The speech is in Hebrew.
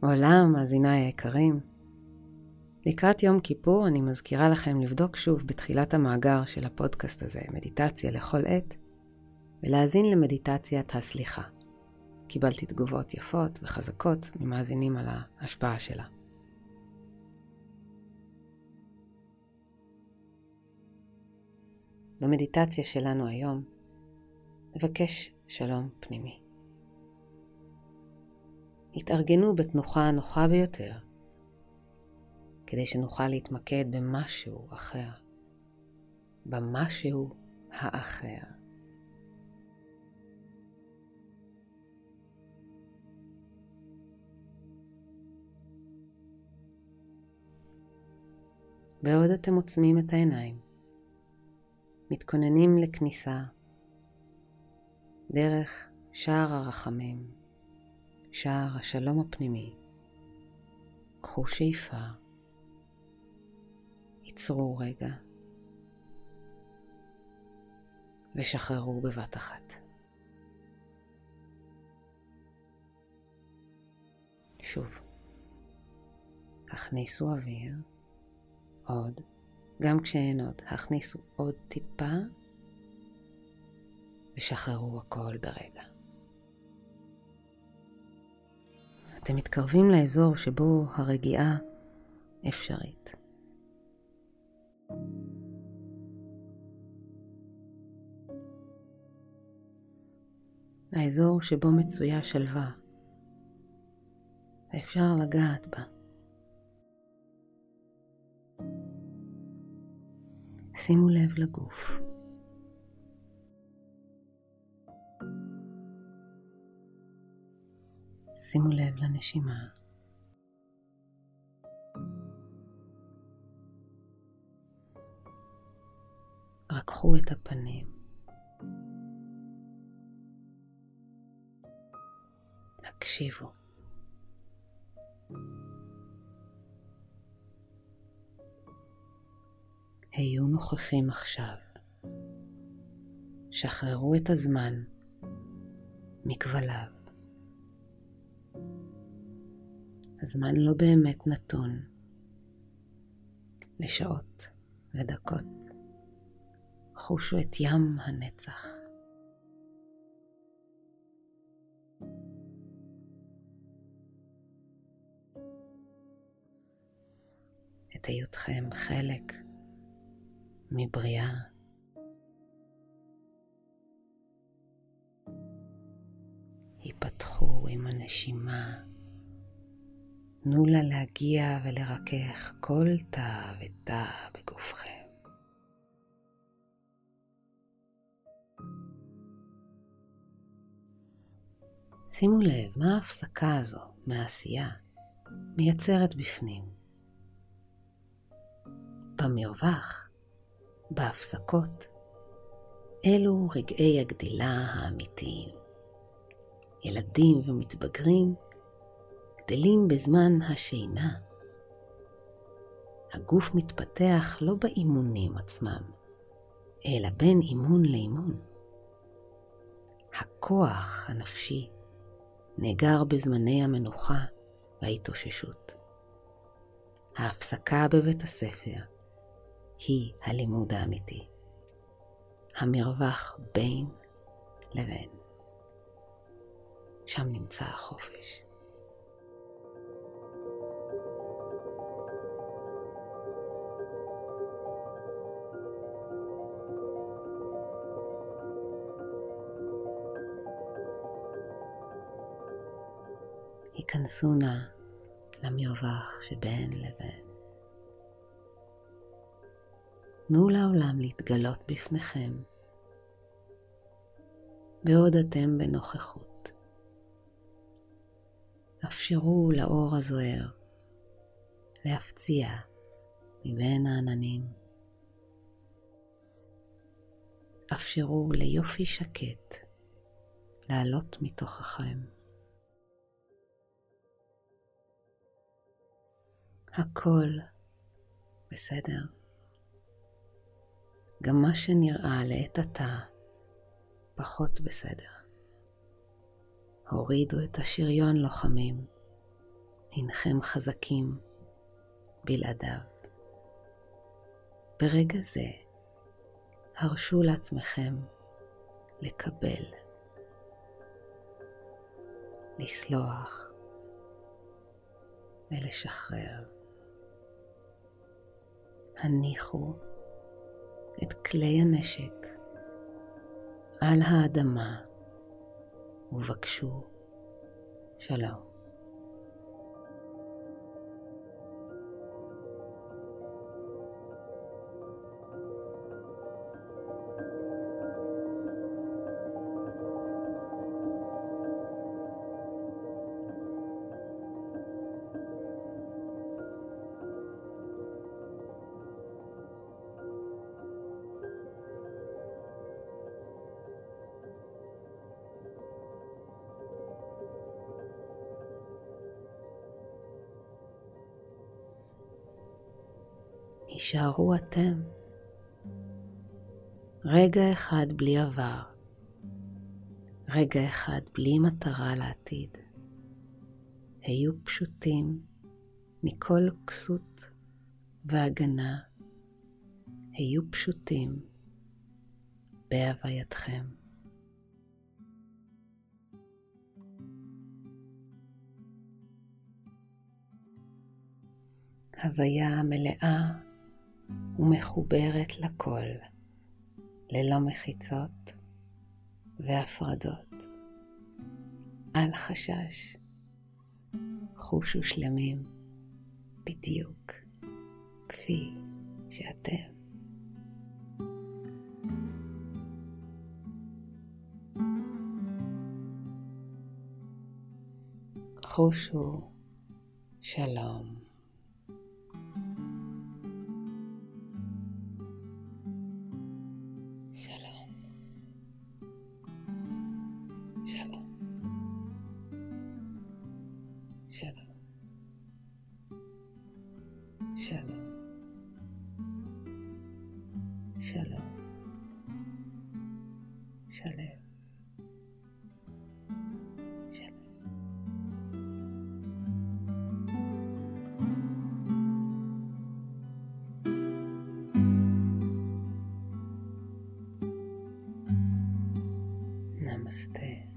עולם, מאזיניי היקרים. לקראת יום כיפור אני מזכירה לכם לבדוק שוב בתחילת המאגר של הפודקאסט הזה, מדיטציה לכל עת, ולהאזין למדיטציית הסליחה. קיבלתי תגובות יפות וחזקות ממאזינים על ההשפעה שלה. במדיטציה שלנו היום נבקש שלום פנימי. התארגנו בתנוחה הנוחה ביותר, כדי שנוכל להתמקד במשהו אחר, במשהו האחר. בעוד אתם עוצמים את העיניים, מתכוננים לכניסה דרך שער הרחמים, שער השלום הפנימי. קחו שאיפה, ייצרו רגע ושחררו בבת אחת. שוב, הכניסו אוויר, עוד, גם כשאין עוד, הכניסו עוד טיפה ושחררו הכל ברגע. אתם מתקרבים לאזור שבו הרגיעה אפשרית. האזור שבו מצויה שלווה, ואפשר לגעת בה. שימו לב לגוף. שימו לב לנשימה. רקחו את הפנים. הקשיבו. היו נוכחים עכשיו. שחררו את הזמן מכבליו. הזמן לא באמת נתון לשעות ודקות. חושו את ים הנצח. את היותכם חלק מבריאה. היפתחו עם הנשימה. תנו לה להגיע ולרכך כל תא ותא בגופכם. שימו לב מה ההפסקה הזו מהעשייה מייצרת בפנים. במרווח, בהפסקות, אלו רגעי הגדילה האמיתיים. ילדים ומתבגרים גדלים בזמן השינה. הגוף מתפתח לא באימונים עצמם, אלא בין אימון לאימון. הכוח הנפשי נאגר בזמני המנוחה וההתאוששות. ההפסקה בבית הספר היא הלימוד האמיתי. המרווח בין לבין. שם נמצא החופש. היכנסו נא למרווח שבין לבין. תנו לעולם להתגלות בפניכם, בעוד אתם בנוכחות. אפשרו לאור הזוהר להפציע מבין העננים. אפשרו ליופי שקט לעלות מתוככם. הכל בסדר. גם מה שנראה לעת עתה פחות בסדר. הורידו את השריון לוחמים הנכם חזקים בלעדיו. ברגע זה הרשו לעצמכם לקבל, לסלוח ולשחרר. הניחו את כלי הנשק על האדמה ובקשו שלום. הישארו אתם, רגע אחד בלי עבר, רגע אחד בלי מטרה לעתיד. היו פשוטים מכל כסות והגנה, היו פשוטים בהווייתכם. הוויה מלאה ומחוברת לכל, ללא מחיצות והפרדות. אל חשש, חושו שלמים בדיוק כפי שאתם. חושו שלום. שלום, שלום, שלם, שלם. נמסטה.